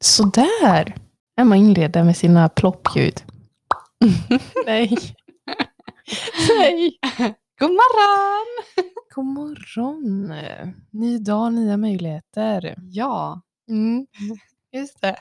Så där. Emma inleder med sina ploppljud. Nej. Nej. God morgon! God morgon. Ny dag, nya möjligheter. Ja. Just det.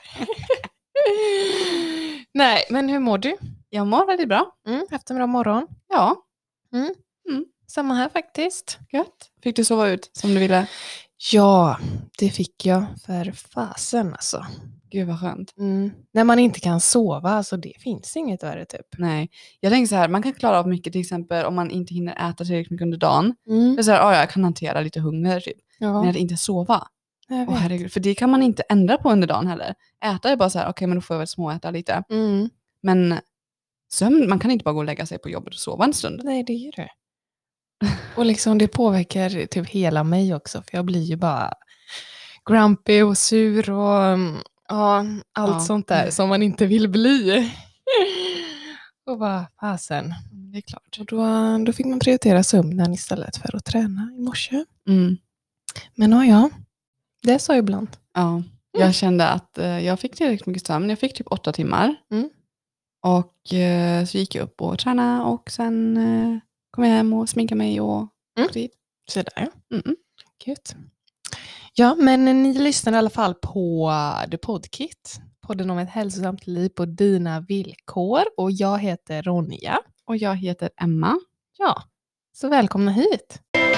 Nej, men hur mår du? Jag mår väldigt bra. Haft en bra morgon. Ja. Samma här faktiskt. Gött. Fick du sova ut som du ville? Ja, det fick jag för fasen alltså. Gud vad skönt. När man inte kan sova, alltså det finns inget värre typ. Nej. Jag tänker så här, man kan klara av mycket till exempel om man inte hinner äta tillräckligt mycket under dagen. Det är så här, jag kan hantera lite hunger typ. Ja. Men att inte sova. Herregud. För det kan man inte ändra på under dagen heller. Äta är bara så här, okej, men då får jag väl småäta lite. Men sömn, man kan inte bara gå och lägga sig på jobbet och sova en stund. Nej, det är det. Och liksom det påverkar typ hela mig också. För jag blir ju bara grumpy och sur och allt sånt där som man inte vill bli. Och bara, fasen. Det är klart. Och då fick man prioritera sömnen istället för att träna i morse. Men ja, det är så ibland. Ja, jag kände att jag fick tillräckligt mycket sömn. Jag fick typ 8 timmar. Och så gick jag upp och tränade och sen kom jag hem och sminkade mig och dit. Så där. Gud. Ja, men ni lyssnar i alla fall på The Podkit. Podden om ett hälsosamt liv på dina villkor. Och jag heter Ronja. Och jag heter Emma. Ja, så välkomna hit.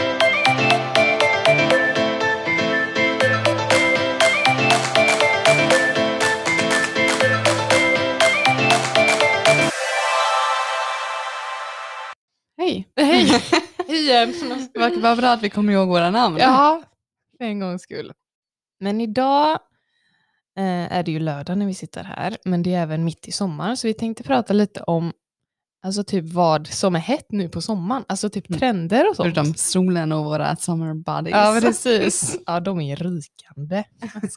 Hej. Hej. Igen. Vad bra att vi kommer ihåg våra namn. Ja, för en gångs skull. Men idag är det ju lördag när vi sitter här. Men det är även mitt i sommar. Så vi tänkte prata lite om alltså typ vad som är hett nu på sommaren. Alltså typ trender och sånt. Förutom solen och våra summer bodies. Ja, precis. Ja, de är rykande.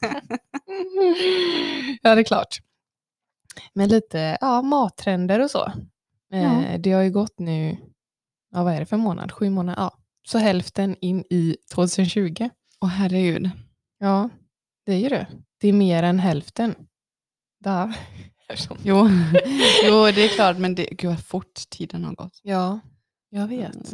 Ja, det är klart. Men lite mattrender och så. Det har ju gått nu, vad är det för månad? 7 månader? Ja, så hälften in i 2020. Åh herregud. Ja, det är ju det. Det är mer än hälften. Där. Jo, det är klart, men gud vad fort tiden har gått. Ja, jag vet.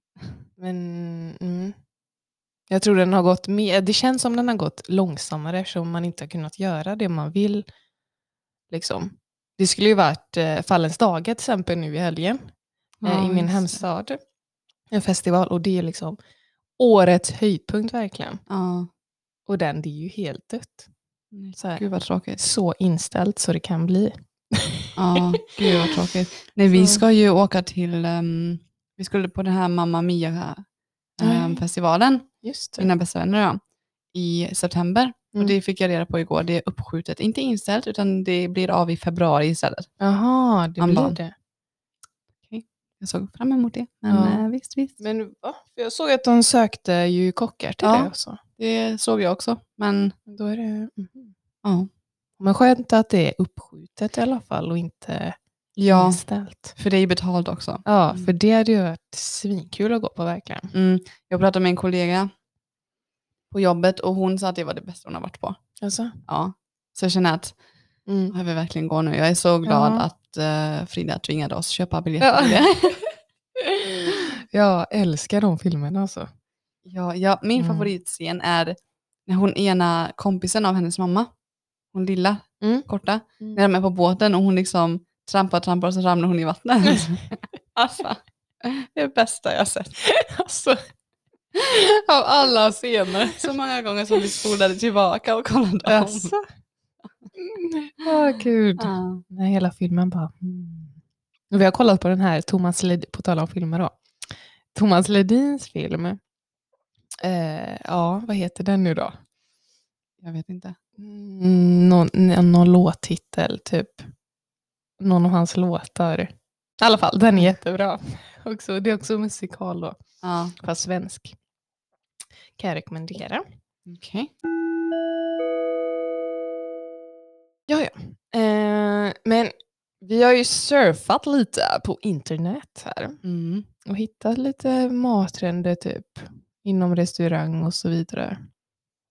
Men jag tror den har gått mer. Det känns som den har gått långsammare eftersom man inte har kunnat göra det man vill. Liksom. Det skulle ju varit Fallens dagar till exempel nu i helgen. I min hemstad. En festival, och det är liksom årets höjdpunkt verkligen. Ja. Och det är ju helt dött. Så här, gud vad tråkigt. Så inställt så det kan bli. Ja, gud vad tråkigt. Nej, vi ska ju åka till, vi skulle på den här Mamma Mia-festivalen. Just det. Mina bästa vänner i september. Och det fick jag reda på igår. Det är uppskjutet, inte inställt, utan det blir av i februari istället. Jaha, det blir det. Okej. Jag såg fram emot det. Men visst. Men för jag såg att de sökte ju kockar till det också. Det såg jag också. Men då är det... Ja. Men skönt att det är uppskjutet i alla fall och inte inställt. För det är ju betalt också. Ja, för det hade ju varit svinkul att gå på verkligen. Jag pratade med en kollega på jobbet och hon sa att det var det bästa hon har varit på. Alltså? Ja. Så jag känner att jag vill verkligen gå nu. Jag är så glad att Frida tvingade oss köpa biljetter till det. Jag älskar de filmerna alltså. Ja, min favoritscen är när hon ena kompisen av hennes mamma, hon lilla, korta, när de är på båten och hon liksom trampar och så ramlar hon i vattnet. Alltså, det är det bästa jag har sett. Alltså, av alla scener. Så många gånger som vi spolade tillbaka och kollade om. Alltså. Gud. När hela filmen bara... Och vi har kollat på den här Thomas Ledin, på tal om filmer då. Thomas Ledins film. Vad heter den nu då? Jag vet inte. Någon låttitel typ. Någon av hans låtar. I alla fall, den är jättebra. Det är också musikal då. Ja. Fast svensk. Kan jag rekommendera. Okej. Ja. Men vi har ju surfat lite på internet här. Och hittat lite mattrender typ. Inom restaurang och så vidare.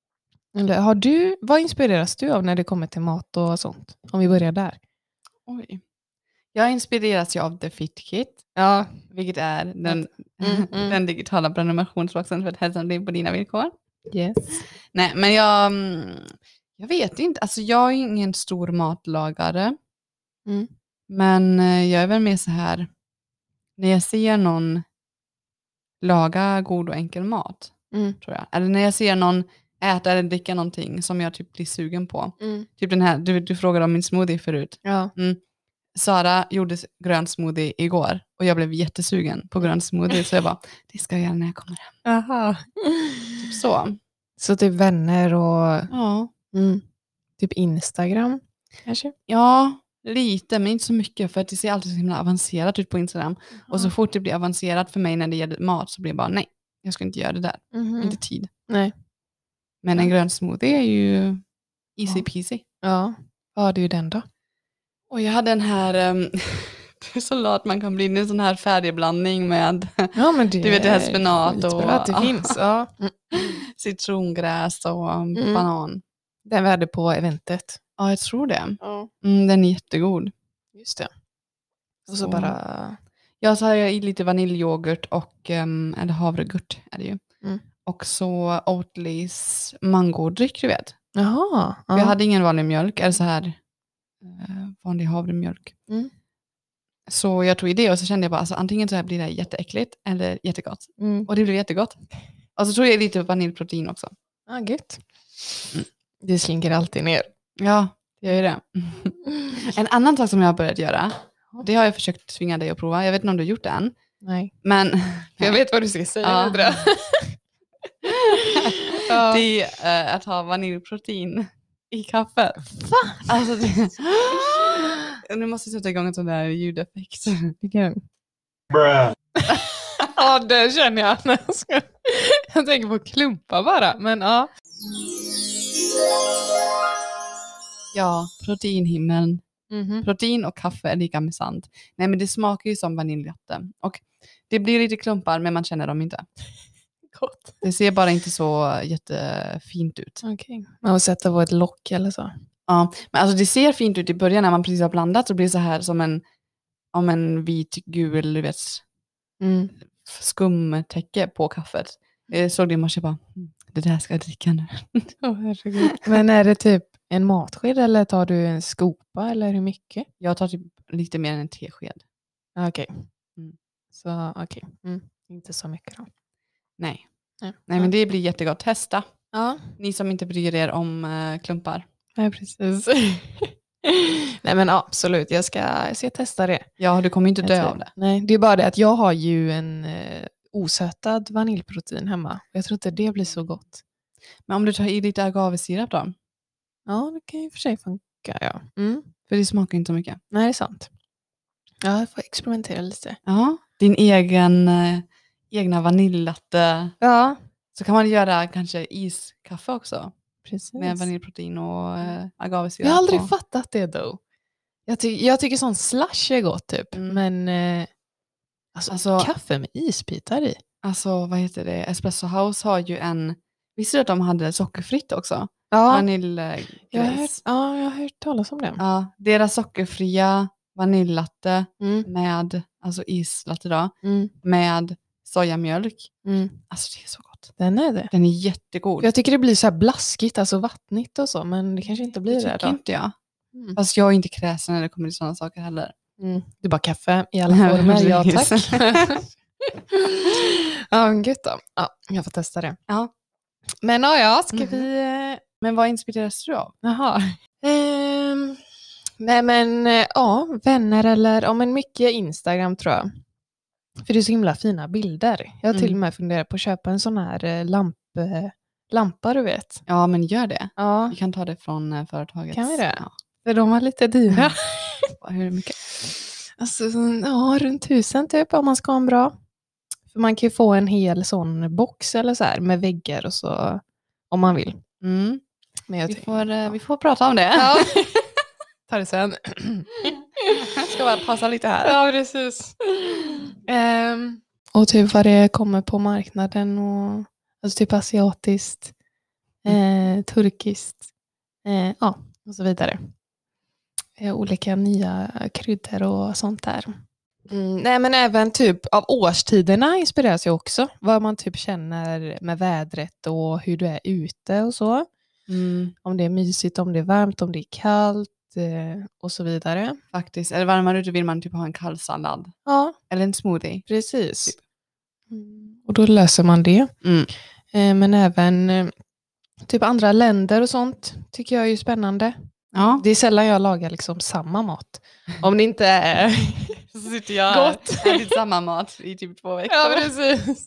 Eller vad inspireras du av när det kommer till mat och sånt? Om vi börjar där. Oj. Jag inspireras ju av The Fit Kit. Ja. Vilket är den digitala prenumerationsboxen för ett hälsosamt på dina villkor. Yes. Nej, men jag vet inte. Alltså jag är ingen stor matlagare. Men jag är väl mer så här. När jag ser någon laga god och enkel mat. Tror jag. Eller när jag ser någon äta eller dricka någonting som jag typ blir sugen på. Typ den här, du frågade om min smoothie förut. Ja. Sara gjorde grön smoothie igår och jag blev jättesugen på grön smoothie så jag bara, det ska jag göra när jag kommer hem. Aha. Typ så. Så typ vänner och Ja. Typ Instagram kanske? Ja, lite men inte så mycket för att det ser alltid så himla avancerat ut på Instagram. Och så fort det blir avancerat för mig när det gäller mat så blir det bara nej, jag ska inte göra det där. Inte tid. Nej. Men en grön smoothie är ju easy peasy. Ja, det är ju den då. Och jag hade den här, det är så lat man kan bli, en sån här färdigblandning med, men det, du vet det här spenat och att det finns. Ja. Citrongräs och banan. Den vi hade på eventet. Ja, jag tror det. Ja. Den är jättegod. Just det. Och så bara... Ja, så har jag i lite vaniljyoghurt och, eller havregurt är det ju. Och så Oatlys mangodryck, du vet. Jaha. Jag hade ingen vanlig mjölk, eller så här vanlig havremjölk. Så jag tog i det och så kände jag bara, alltså, antingen så här blir det jätteäckligt eller jättegott. Och det blev jättegott. Och så tog jag lite vaniljprotein också. Ja, gött. Det slinker alltid ner. Ja, jag gör det. En annan sak som jag har börjat göra, det har jag försökt tvinga dig att prova. Jag vet inte om du har gjort det än. Nej. Men för jag vet vad du ska säga. Ja. Det är att ha vaniljprotein i kaffe. Va? Alltså nu måste jag sätta igång en sån där ljudeffekt. Ja, det känner jag. Jag tänker på klumpa bara. Men ja. Ja, proteinhimmeln. Protein och kaffe är lika med sant. Nej, men det smakar ju som vaniljlatte. Och det blir lite klumpar, men man känner dem inte. Gott. Det ser bara inte så jättefint ut. Okej. Man måste sätta på ett lock eller så. Ja, men alltså det ser fint ut i början när man precis har blandat. Så blir det så här som en vit, gul, du vet, skumtäcke på kaffet. Jag såg det i morse bara, det där ska jag dricka nu. Herregud. Men är det typ en matsked eller tar du en skopa eller hur mycket? Jag tar typ lite mer än en tesked. Okej. Så okej. Inte så mycket då. Nej, men det blir jättegott. Testa. Ja. Ni som inte bryr er om klumpar. Nej, precis. Nej, men absolut. Jag ska testa det. Ja, du kommer inte dö av det. Nej, det är bara det att jag har ju en osötad vaniljprotein hemma. Jag tror inte det blir så gott. Men om du tar i lite agavesirap då? Ja, det kan ju för sig funka, ja. För det smakar inte så mycket. Nej, det är sant. Ja, jag får experimentera lite. Ja, din egna vaniljlatte. Ja. Så kan man göra kanske iskaffe också. Precis. Med vaniljprotein och agavesirap. Jag har aldrig fattat det då. Jag tycker sån slush är gott typ. Men alltså, kaffe med isbitar i. Alltså vad heter det? Espresso House har ju visste du att de hade sockerfritt också? Ja. Vaniljgräs. Jag har hört talas om det. Ja, deras sockerfria vaniljlatte med, alltså islatte då, med sojamjölk. Alltså det är så gott. Den är det. Den är jättegod. Jag tycker det blir så här blaskigt, alltså vattnigt och så, men det kanske inte blir det då. Det tycker inte jag. Fast jag är inte kräsen när det kommer till sådana saker heller. Det är bara kaffe i alla former. Ja, tack. Ja, gud då. Ja, jag får testa det. Ja. Men ska vi... Men vad inspireras du av? Jaha. Nej men, vänner eller, men mycket Instagram tror jag. För det är så himla fina bilder. Jag har till och med funderat på att köpa en sån här lampa, du vet. Ja, men gör det. Ja. Vi kan ta det från företaget. Kan vi det? Ja. För de var lite dyra. Hur mycket? Alltså, runt 1000 typ om man ska ha en bra. För man kan ju få en hel sån box eller så här med väggar och så om man vill. Men vi får prata om det. Ja. Ta det sen. Jag ska bara passa lite här. Ja, precis. Och typ vad det kommer på marknaden och alltså typ asiatiskt. turkiskt. Ja, och så vidare. Olika nya kryddor och sånt där. Nej, men även typ av årstiderna inspireras jag också. Vad man typ känner med vädret och hur du är ute och så. Om det är mysigt, om det är varmt, om det är kallt och så vidare. Faktiskt. Är det varmare ute vill man typ ha en kall sallad. Ja. Eller en smoothie. Precis. Typ. Och då löser man det. Men även typ andra länder och sånt tycker jag är ju spännande. Ja. Det är sällan jag lagar liksom samma mat. Om det inte är så sitter jag gott. Ätit samma mat i typ 2 veckor. Ja, precis.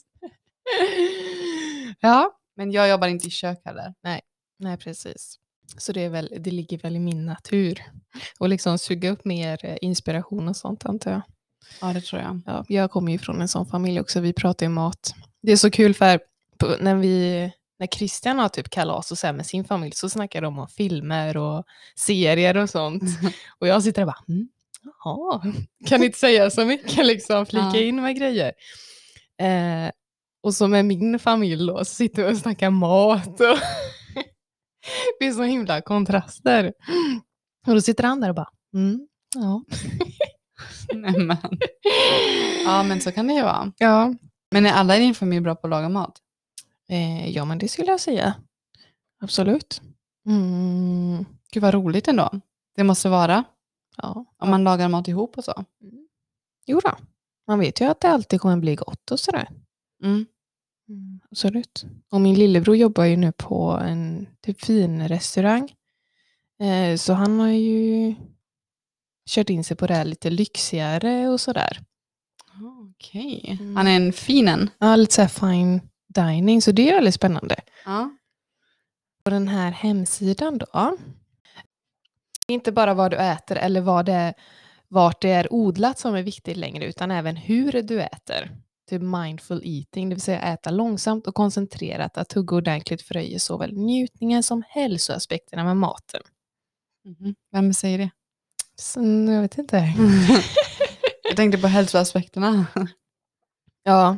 Ja. Men jag jobbar inte i kök heller. Nej, precis. Så det ligger väl i min natur. Och liksom suga upp mer inspiration och sånt, antar jag. Ja, det tror jag. Ja, jag kommer ju från en sån familj också. Vi pratar ju mat. Det är så kul för när Christian har typ kalas och så här med sin familj så snackar de om filmer och serier och sånt. Och jag sitter där och bara, jaha, kan inte säga så mycket liksom, flika in med grejer. Och så med min familj då så sitter vi och snackar mat. Och det är så himla kontraster. Och då sitter han där och bara, ja. Nämen. Ja, men så kan det ju vara. Ja. Men är alla i din familj bra på att laga mat? Ja, men det skulle jag säga. Absolut. Gud vad roligt ändå. Det måste vara. Ja. Om man lagar mat ihop och så. Jo då. Man vet ju att det alltid kommer bli gott och sådär. Absolut. Och min lillebror jobbar ju nu på en typ fin restaurang. Så han har ju kört in sig på det här lite lyxigare och sådär. Okej. Han är en finen. Ja, lite såhär fine dining. Så det är väldigt spännande. Ja. På den här hemsidan då. Inte bara vad du äter eller vart det är odlat som är viktigt längre. Utan även hur du äter. Typ mindful eating. Det vill säga äta långsamt och koncentrerat. Att hugga ordentligt förhöjer såväl njutningen som hälsoaspekterna med maten. Vem säger det? Så, jag vet inte. Jag tänkte på hälsoaspekterna. Ja.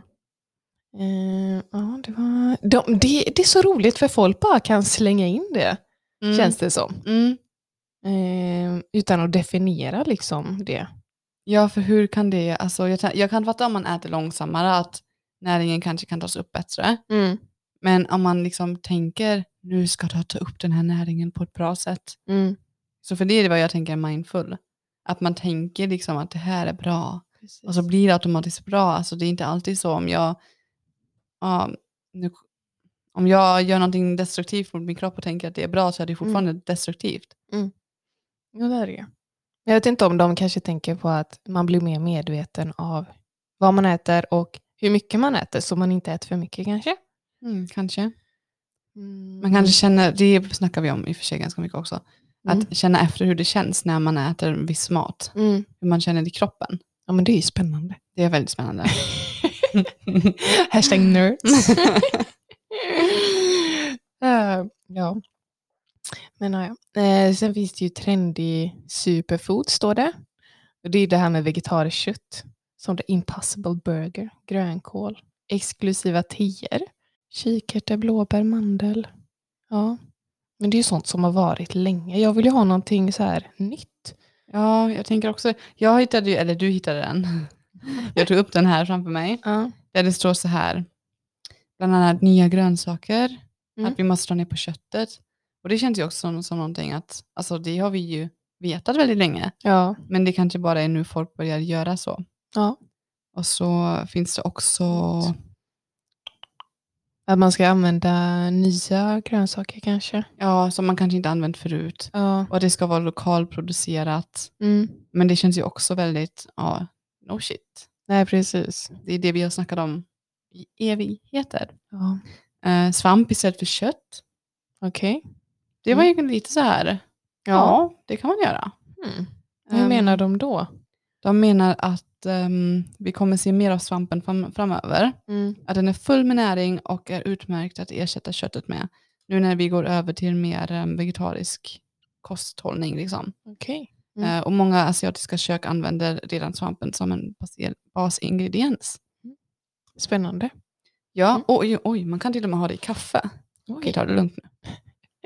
Det är så roligt för folk bara kan slänga in det. Känns det som. Utan att definiera liksom det. Ja, för hur kan det... Alltså, jag kan fatta om man äter långsammare att näringen kanske kan tas upp bättre. Men om man liksom tänker nu ska du ta upp den här näringen på ett bra sätt. Så för det är vad jag tänker är mindful. Att man tänker liksom att det här är bra. Precis. Och så blir det automatiskt bra. Alltså det är inte alltid så om jag gör någonting destruktivt mot min kropp och tänker att det är bra så är det fortfarande destruktivt. Ja, det är det. Jag vet inte om de kanske tänker på att man blir mer medveten av vad man äter och hur mycket man äter så man inte äter för mycket kanske. Kanske. Man kanske känner, det snackar vi om i och för sig ganska mycket också. Att känna efter hur det känns när man äter en viss mat. Hur man känner det i kroppen. Ja, men det är ju spännande. Det är väldigt spännande. Hashtag nerds. Ja. Men ja. Sen finns det ju trendy superfood står det. Och det är det här med vegetariskt kött. Som the impossible burger, grönkål, exklusiva teer, kikärtor, blåbär, mandel. Ja. Men det är ju sånt som har varit länge. Jag vill ju ha någonting så här nytt. Ja, jag tänker också. Jag hittade ju, eller du hittade den. Jag tog upp den här framför mig. Där det står så här. Bland annat nya grönsaker. Att vi måste dra ner på köttet. Och det känns ju också som någonting att, alltså det har vi ju vetat väldigt länge. Ja. Men det kanske bara är nu folk börjar göra så. Ja. Och så finns det också... Att man ska använda nya grönsaker kanske. Ja, som man kanske inte använt förut. Ja. Och det ska vara lokalproducerat. Men det känns ju också väldigt, no shit. Nej, precis. Det är det vi har snackat om i evigheter. Ja. Svamp istället för kött. Okej. Det var ju lite så här. Ja, det kan man göra. Hur menar de då? De menar att vi kommer se mer av svampen framöver. Att den är full med näring och är utmärkt att ersätta köttet med. Nu när vi går över till mer vegetarisk kosthållning. Liksom. Okay. Och många asiatiska kök använder redan svampen som en basingrediens. Spännande. Ja, oj, man kan till och med ha det i kaffe. Okej, ta det lugnt nu.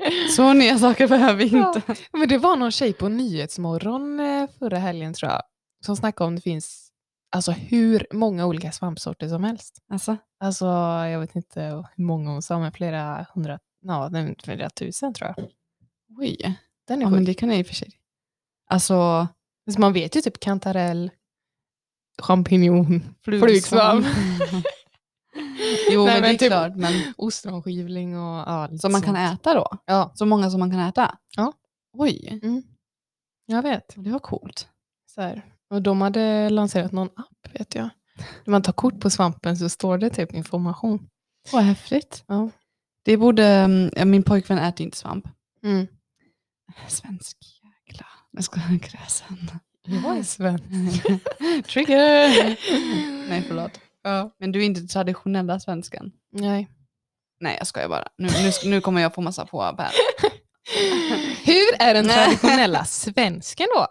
Så nya saker behöver vi inte. Ja, men det var någon tjej på Nyhetsmorgon förra helgen tror jag. Som snackade om det finns alltså hur många olika svampsorter som helst. Alltså jag vet inte hur många hon sa, men flera hundra, flera tusen tror jag. Oj, Den är men det kan jag i och för sig. Alltså man vet ju typ kantarell, champinjon, flugsvamp. Jo, men det är typ klart. Men ostronskivling och som man kan äta då? Ja. Så många som man kan äta? Ja. Oj. Jag vet. Det var coolt. Så här. Och de hade lanserat någon app, vet jag. När man tar kort på svampen så står det typ information. Vad häftigt. Ja. Det borde, min pojkvän äter inte svamp. Svensk jäkla. Jag ska kräsen. Jag är svensk. Trigger. Nej, förlåt. Ja. Men du är inte traditionella svensken. Nej, jag skojar bara. Nu kommer jag få massa påhopp här. Hur är den traditionella svensken då?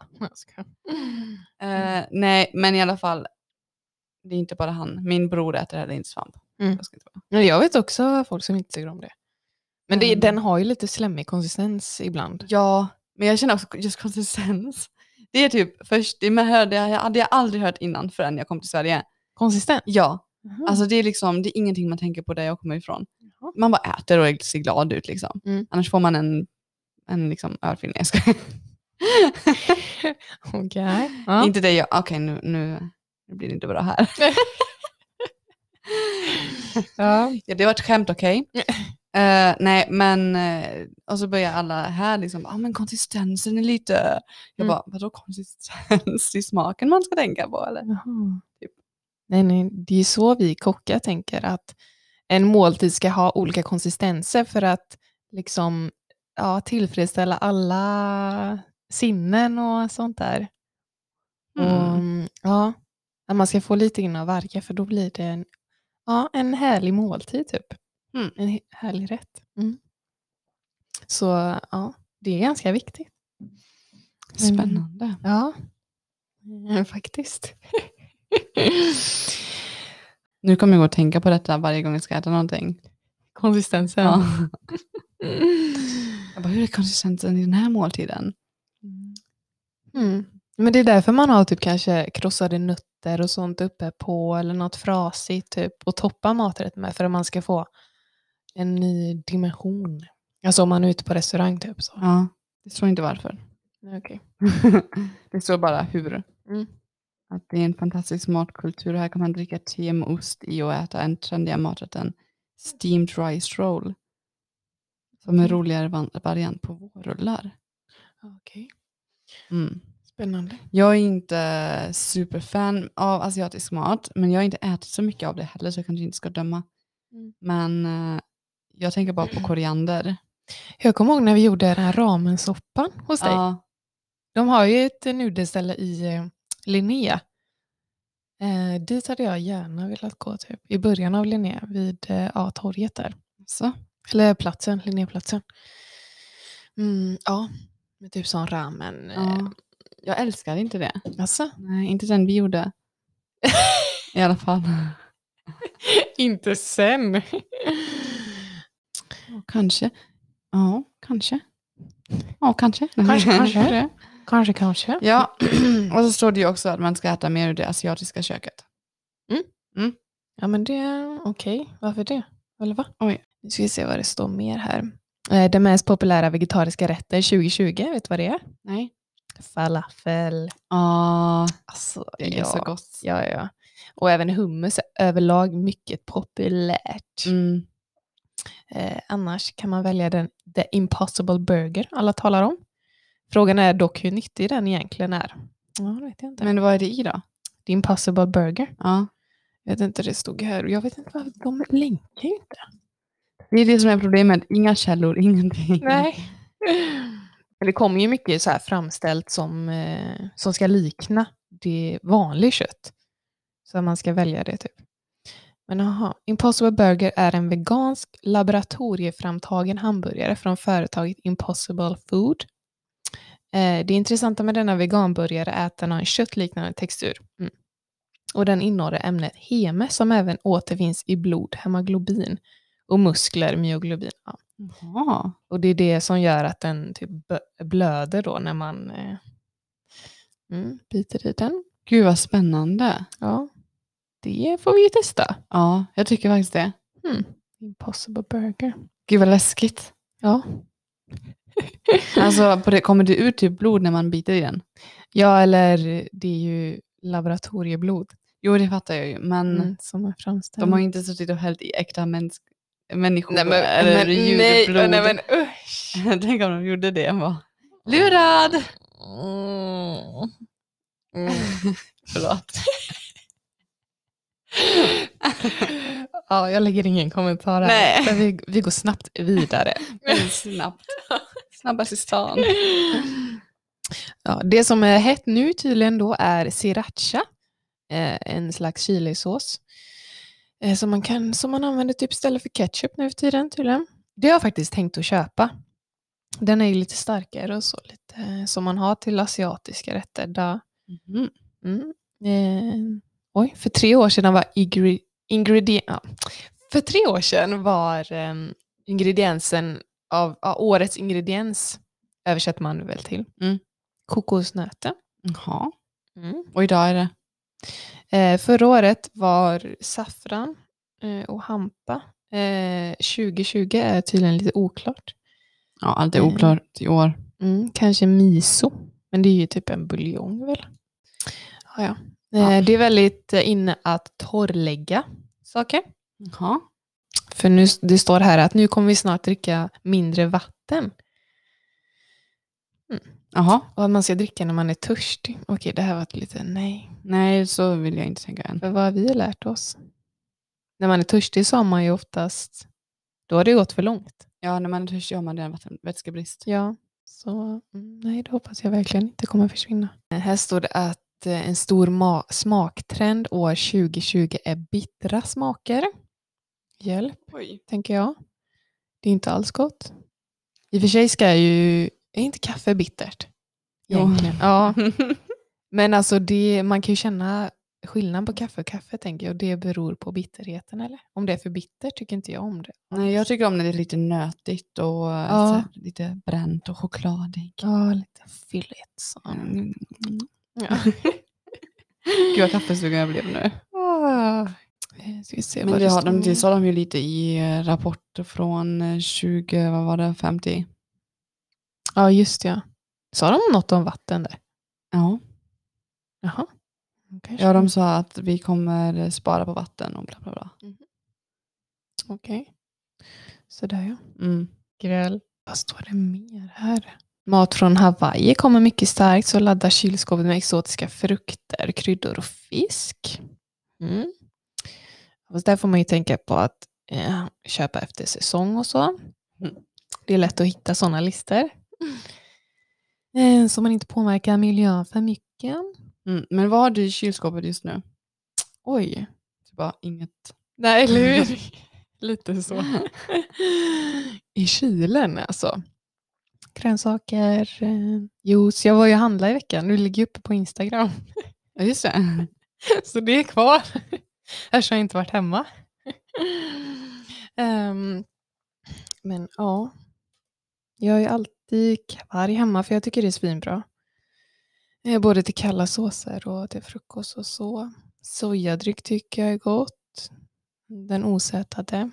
Nej, men i alla fall. Det är inte bara han. Min bror äter heller inte svamp. Jag vet också folk som inte tycker om det. Men den har ju lite slemmig konsistens ibland. Ja, men jag känner också just konsistens. Det är typ först, det hade jag aldrig hört innan förrän jag kom till Sverige. Konsistens? Ja. Alltså det är liksom, det är ingenting man tänker på där jag kommer ifrån. Man bara äter och ser glad ut liksom. Annars får man en liksom örfil. Jag ska. Okej. Inte det jag, okej, nu blir det inte bra här. Ja, det var ett skämt, okej. Nej, men och så börjar alla här liksom, men konsistensen är lite, jag bara, vadå konsistens? Det är smaken man ska tänka på, eller? Typ. Nej, det är så vi kockar tänker, att en måltid ska ha olika konsistenser för att liksom tillfredsställa alla sinnen och sånt där. Och man ska få lite in av varje, för då blir det en härlig måltid typ. En härlig rätt. Så det är ganska viktigt. Spännande. Ja, faktiskt. Nu kommer jag att tänka på detta varje gång jag ska äta någonting. Konsistensen. Ja. Jag bara, hur är konsistensen i den här måltiden? Men det är därför man har typ kanske krossade nötter och sånt uppe på, eller något frasigt typ, och toppa maträtt med, för att man ska få en ny dimension. Alltså om man är ute på restaurang typ så. Ja, det står inte varför. Okej. Det står bara hur. Att det är en fantastisk matkultur. Här kan man dricka te med ost i och äta en trendiga maträtten steamed rice roll. Som en roligare variant på vårrullar. Okej. Spännande. Jag är inte superfan av asiatisk mat, men jag har inte ätit så mycket av det heller, så jag kanske inte ska döma. Men jag tänker bara på koriander. Jag kommer ihåg när vi gjorde den här ramensoppan hos dig. Ja. De har ju ett nudelställe i Linnea. Dit hade jag gärna velat gå typ. I början av Linnea, vid torget där. Så. Eller platsen, Linnea-platsen. Med typ sån ramen. Jag älskar inte det. Alltså? Nej, inte den vi gjorde. I alla fall. Inte sen. Kanske. Ja, kanske. Ja, kanske. Kanske. Ja, och så står det ju också att man ska äta mer ur det asiatiska köket. Ja, men det är okej. Varför det? Eller va? Oj. Nu ska vi se vad det står mer här. Den mest populära vegetariska rätten 2020, vet du vad det är? Nej. Falafel. Alltså, det är så gott. Ja. Och även hummus är överlag mycket populärt. Annars kan man välja The Impossible Burger alla talar om. Frågan är dock hur nyttig den egentligen är. Ja, det vet jag inte. Men vad är det i då? The Impossible Burger. Ja. Jag vet inte, det stod här. Jag vet inte varför de länkar ju inte. Det är det som är problemet. Inga källor, ingenting. Nej. Det kommer ju mycket så här framställt som ska likna det vanliga kött. Så man ska välja det typ. Men Impossible Burger är en vegansk laboratorieframtagen hamburgare från företaget Impossible Food. Det intressanta med denna veganburgare är att den har en köttliknande textur. Och den innehåller ämnet heme som även återfinns i blod, hemoglobin, och muskler, myoglobin. Ja. Jaha. Och det är det som gör att den typ blöder då när man biter i den. Gud vad spännande. Ja, det får vi ju testa. Ja, jag tycker faktiskt det. Impossible burger. Gud vad läskigt. Ja. Alltså kommer det ut typ blod när man biter i den? Ja, eller det är ju laboratorieblod. Jo, det fattar jag ju. Men som är framställd. de har ju inte suttit och hällt i äkta människor eller djurblod. Nej men usch. Tänk om de gjorde det. Bara, lurad! Förlåt. Ja, jag lägger ingen kommentar här. Nej. För vi går snabbt vidare. Snabbt. Snabbast i stan. Ja, det som är hett nu tydligen då är sriracha. En slags chilisås. Som man använder typ istället för ketchup nu för tiden tydligen. Det har jag faktiskt tänkt att köpa. Den är ju lite starkare och så. Lite som man har till asiatiska rätter. Där. För 3 år sedan var För 3 år sedan var ingrediensen av årets ingrediens översätter man väl till. Kokosnötter. Jaha. Och idag är det? Förra året var saffran och hampa. 2020 är tydligen lite oklart. Ja, allt är oklart i år. Kanske miso. Men det är ju typ en buljong väl? Ja. Det är väldigt inne att torrlägga saker. Jaha. För nu, det står här att nu kommer vi snart dricka mindre vatten. Jaha. Och att man ska dricka när man är törstig. Okej, det här var lite nej. Nej, så vill jag inte tänka än. För vad har vi lärt oss? När man är törstig så har man ju oftast... Då har det gått för långt. Ja, när man är törstig har man redan vätskebrist. Ja, så nej, det hoppas jag verkligen inte kommer försvinna. Här står det att en stor smaktrend år 2020 är bittra smaker. Hjälp, tänker jag. Det är inte alls gott. I och för sig är inte kaffe bittert? Egentligen. Ja. Men alltså man kan ju känna skillnad på kaffe och kaffe, tänker jag. Och det beror på bitterheten, eller? Om det är för bittert tycker inte jag om det. Nej, jag tycker om när det är lite nötigt och så lite bränt och chokladig. Ja, lite fylligt. Så. Ja. Gud vad kaffesugen jag blev nu. Ska vi se. Men det sa de ju lite i rapporter från 50. Ja, just ja. Sa de något om vatten där? Ja. Jaha. Ja, de sa att vi kommer spara på vatten och bla bla bla. Okej. Så där ja. Gräl. Vad står det mer här? Mat från Hawaii kommer mycket starkt, så laddar kylskåpet med exotiska frukter, kryddor och fisk. Och där får man ju tänka på att köpa efter säsong och så. Det är lätt att hitta sådana listor. Så man inte påverkar miljön för mycket. Men vad har du i kylskåpet just nu? Oj. Det bara inget. Nej, eller hur? Lite så. I kylen alltså. Grönsaker, juice. Jag var ju och handlade i veckan. Nu ligger jag uppe på Instagram. Ja, just det. Så det är kvar. Eftersom jag inte varit hemma. Men ja. Jag är alltid kvarg hemma för jag tycker det är svinbra. Både till kalla såser och till frukost och så. Sojadryck tycker jag är gott. Den osötade.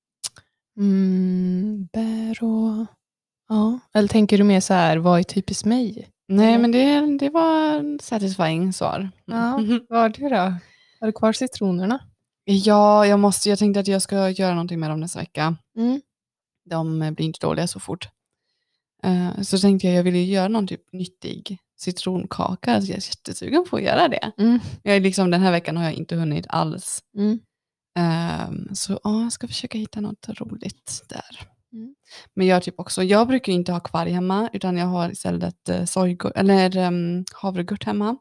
Bär och... Ja. Eller tänker du mer så här, vad är typiskt mig? Nej, men det var en satisfying svar. Ja, vad har du då? Har du kvar citronerna? Ja, jag tänkte att jag ska göra någonting med dem nästa vecka. De blir inte dåliga så fort. Så tänkte jag ville göra någon typ nyttig citronkaka. Så jag är jättesugen på att göra det. Den här veckan har jag inte hunnit alls. Så jag ska försöka hitta något roligt där. Men jag brukar inte ha kvarg hemma, utan jag har istället havregurt hemma.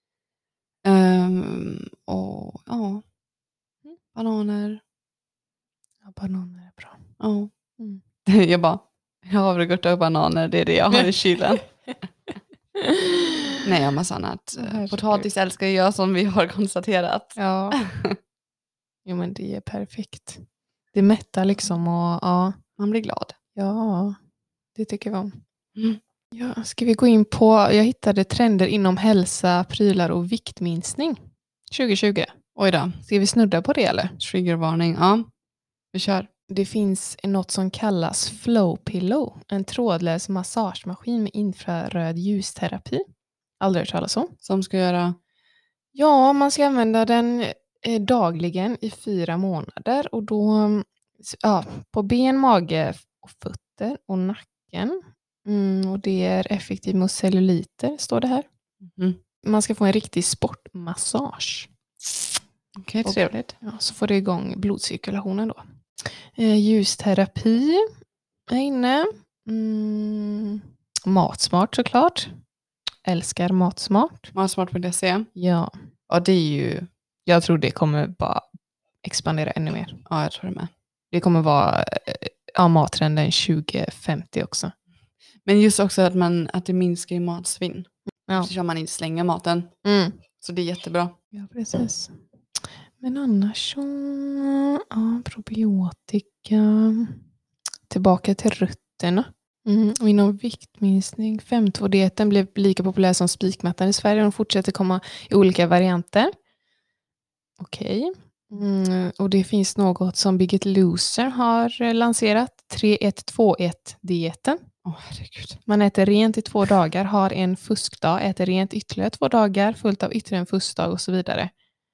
Och bananer. Ja, bananer är bra. Ja. Jag bara, havregurt och bananer, det är det jag har i kylen. Nej, jag har massa annat. Potatis älskar jag, som vi har konstaterat. Ja. Jo, men det är perfekt. Det mättar liksom och ja. Man blir glad. Ja, det tycker vi om. Mm. Ja, ska vi gå in på, jag hittade trender inom hälsa, prylar och viktminskning 2020. Oj då. Ska vi snudda på det eller? Triggervarning. Ja, vi kör. Det finns något som kallas Flow Pillow. En trådlös massagemaskin med infraröd ljusterapi. Aldrig hört talas om. Som ska göra? Ja, man ska använda den dagligen i 4 månader. Och då på ben, mage och fötter och nacken. Och det är effektivt mot celluliter, står det här. Mm. Man ska få en riktig sportmassage. Okej, trevligt. Ja, så får det igång blodcirkulationen då. Ljusterapi är inne. Matsmart såklart. Älskar Matsmart. Matsmart.se. Ja. Ja, det är ju... Jag tror det kommer bara expandera ännu mer. Ja, jag tror det med. Det kommer vara mattrenden 2050 också. Men just också att det minskar i matsvinn. Ja. Eftersom man inte slänger maten. Så det är jättebra. Ja, precis. Men annars så... Ja, probiotika. Tillbaka till rötterna. Och inom viktminskning, 5.2-dieten blev lika populär som spikmattan i Sverige. De fortsätter komma i olika varianter. Okej. Och det finns något som Biggest Loser har lanserat. 3-1-2-1-dieten. Herregud. Man äter rent i 2 dagar, har en fuskdag, äter rent ytterligare 2 dagar, fullt av ytterligare en fuskdag och så vidare.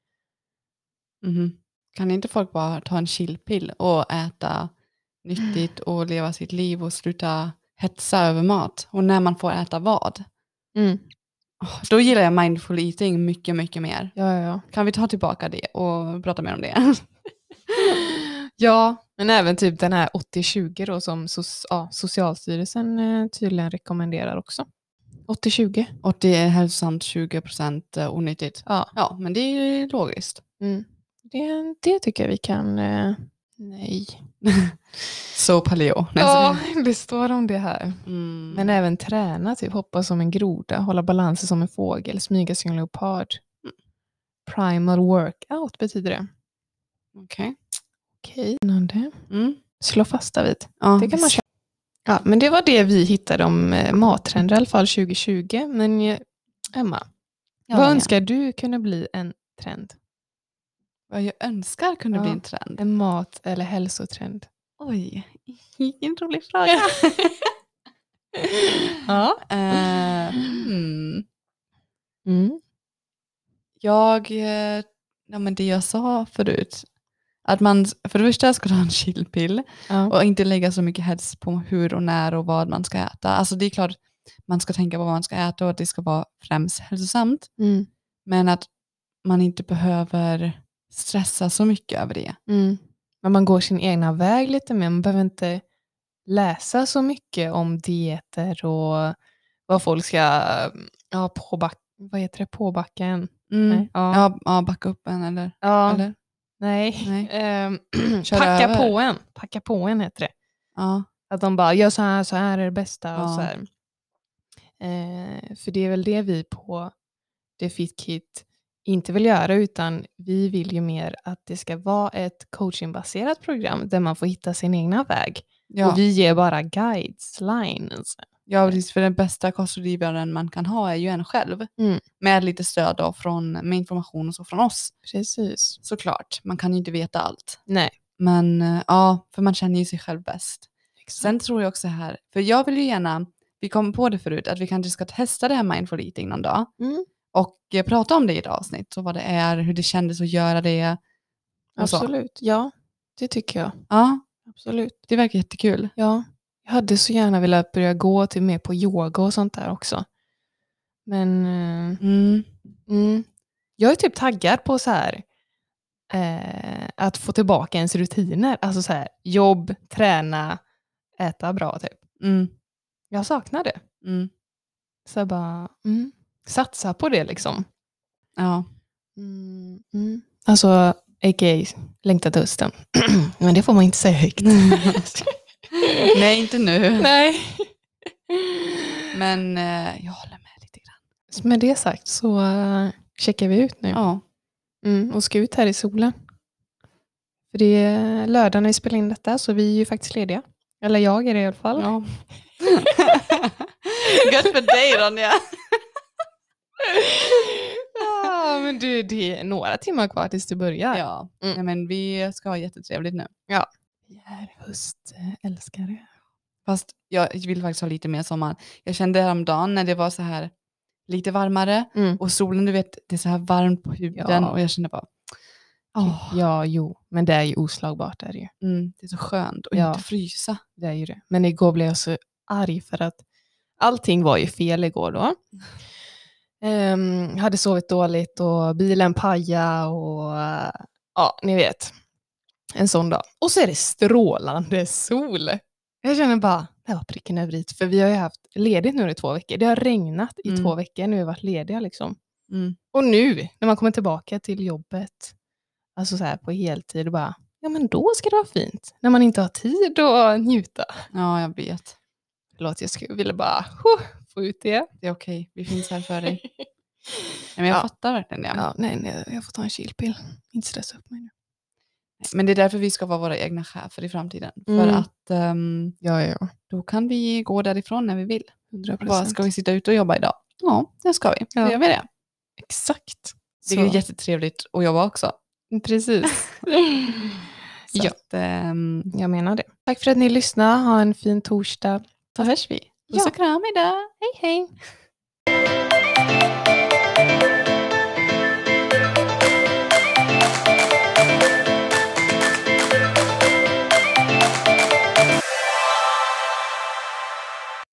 Kan inte folk bara ta en chillpill och äta nyttigt och leva sitt liv och sluta hetsa över mat? Och när man får äta vad? Då gillar jag mindful eating mycket, mycket mer. Ja. Kan vi ta tillbaka det och prata mer om det? Ja. Men även typ den här 80-20 då som Socialstyrelsen tydligen rekommenderar också. 80-20. 80 är hälsosamt, 20% onyttigt. Ja. Ja, men det är ju logiskt. Det tycker jag vi kan... nej. Så paleo. Ja, det står om det här. Men även träna, typ hoppa som en groda, hålla balansen som en fågel, smyga som en leopard. Primal workout betyder det. Okej. Slå fast David. Ja, det kan man köra. Ja, men det var det vi hittade om mattrender i alla fall 2020. Men Emma, vad önskar du kunde bli en trend? Vad jag önskar kunde bli en trend? En mat- eller hälsotrend. Oj, vilken rolig fråga. Ja. Men det jag sa förut. Att man för det första ska ta en chillpill. Och inte lägga så mycket hets på hur och när och vad man ska äta. Alltså det är klart man ska tänka på vad man ska äta och att det ska vara främst hälsosamt. Men att man inte behöver stressa så mycket över det. Men man går sin egna väg lite mer. Man behöver inte läsa så mycket om dieter och vad folk ska påbacka en. Backa upp en eller? Ja. Eller? Nej. Packa på en heter det. Ja. Att de bara, gör så här är det bästa. Och så här. För det är väl det vi på The Fit Kit inte vill göra, utan vi vill ju mer att det ska vara ett coachingbaserat program där man får hitta sin egna väg. Ja. Och vi ger bara guidelines. Ja, precis, för den bästa kostrådgivaren man kan ha är ju en själv. Med lite stöd då med information och så från oss. Precis. Såklart, man kan ju inte veta allt. Nej. Men för man känner ju sig själv bäst. Exakt. Sen tror jag också här, för jag vill ju gärna, vi kom på det förut, att vi kanske ska testa det här mindful eating någon dag. Och prata om det i ett avsnitt. Så vad det är, hur det kändes att göra det. Absolut, ja. Det tycker jag. Ja, absolut. Det verkar jättekul. Ja, jag hade så gärna velat börja gå till mer på yoga och sånt där också. Men jag är typ taggad på så här att få tillbaka ens rutiner. Alltså så här, jobb, träna, äta bra typ. Jag saknar det. Så jag bara, satsa på det liksom. Ja. Alltså, a.k.a. längta till hösten. Men det får man inte säga högt. Nej, inte nu. Nej. Men jag håller med lite grann. Med det sagt så checkar vi ut nu. Ja. Och ska ut här i solen. För det är lördag när vi spelar in detta, så vi är ju faktiskt lediga. Eller jag är det i alla fall. Ja. Gött för dig, Ronja. Ja, men du, det är några timmar kvar tills du börjar. Ja, nej, men vi ska ha jättetrevligt nu. Ja. Vi är höstälskare. Fast jag vill faktiskt ha lite mer sommar. Jag kände häromdagen när det var så här lite varmare och solen, du vet, det är så här varmt på huden och jag kände bara Ja, jo, men det är ju oslagbart, det är det ju. Det är så skönt och inte frysa. Det är ju det. Men igår blev jag så arg för att allting var ju fel igår då. Hade sovit dåligt och bilen paja och ja, ni vet. En sån dag. Och så är det strålande sol. Jag känner bara, det var pricken över i. För vi har ju haft ledigt nu i 2 veckor. Det har regnat i 2 veckor. Nu har vi varit lediga liksom. Och nu, när man kommer tillbaka till jobbet, alltså så här på heltid, och bara, ja men då ska det vara fint. När man inte har tid att njuta. Ja, jag vet. Förlåt, jag ville bara få ut det. Det är okej, vi finns här för dig. Men jag fattar verkligen det. Ja, nej, jag får ta en chillpill. Inte stressa upp mig nu. Men det är därför vi ska vara våra egna chefer i framtiden. För att då kan vi gå därifrån när vi vill. 100%. Bara, ska vi sitta ute och jobba idag? Ja, det ska vi. Ja. Då gör vi det. Exakt. Det är jättetrevligt att jobba också. Precis. Så att, jag menar det. Tack för att ni lyssnade. Ha en fin torsdag. Så hörs vi. Puss och kram idag. Hej hej.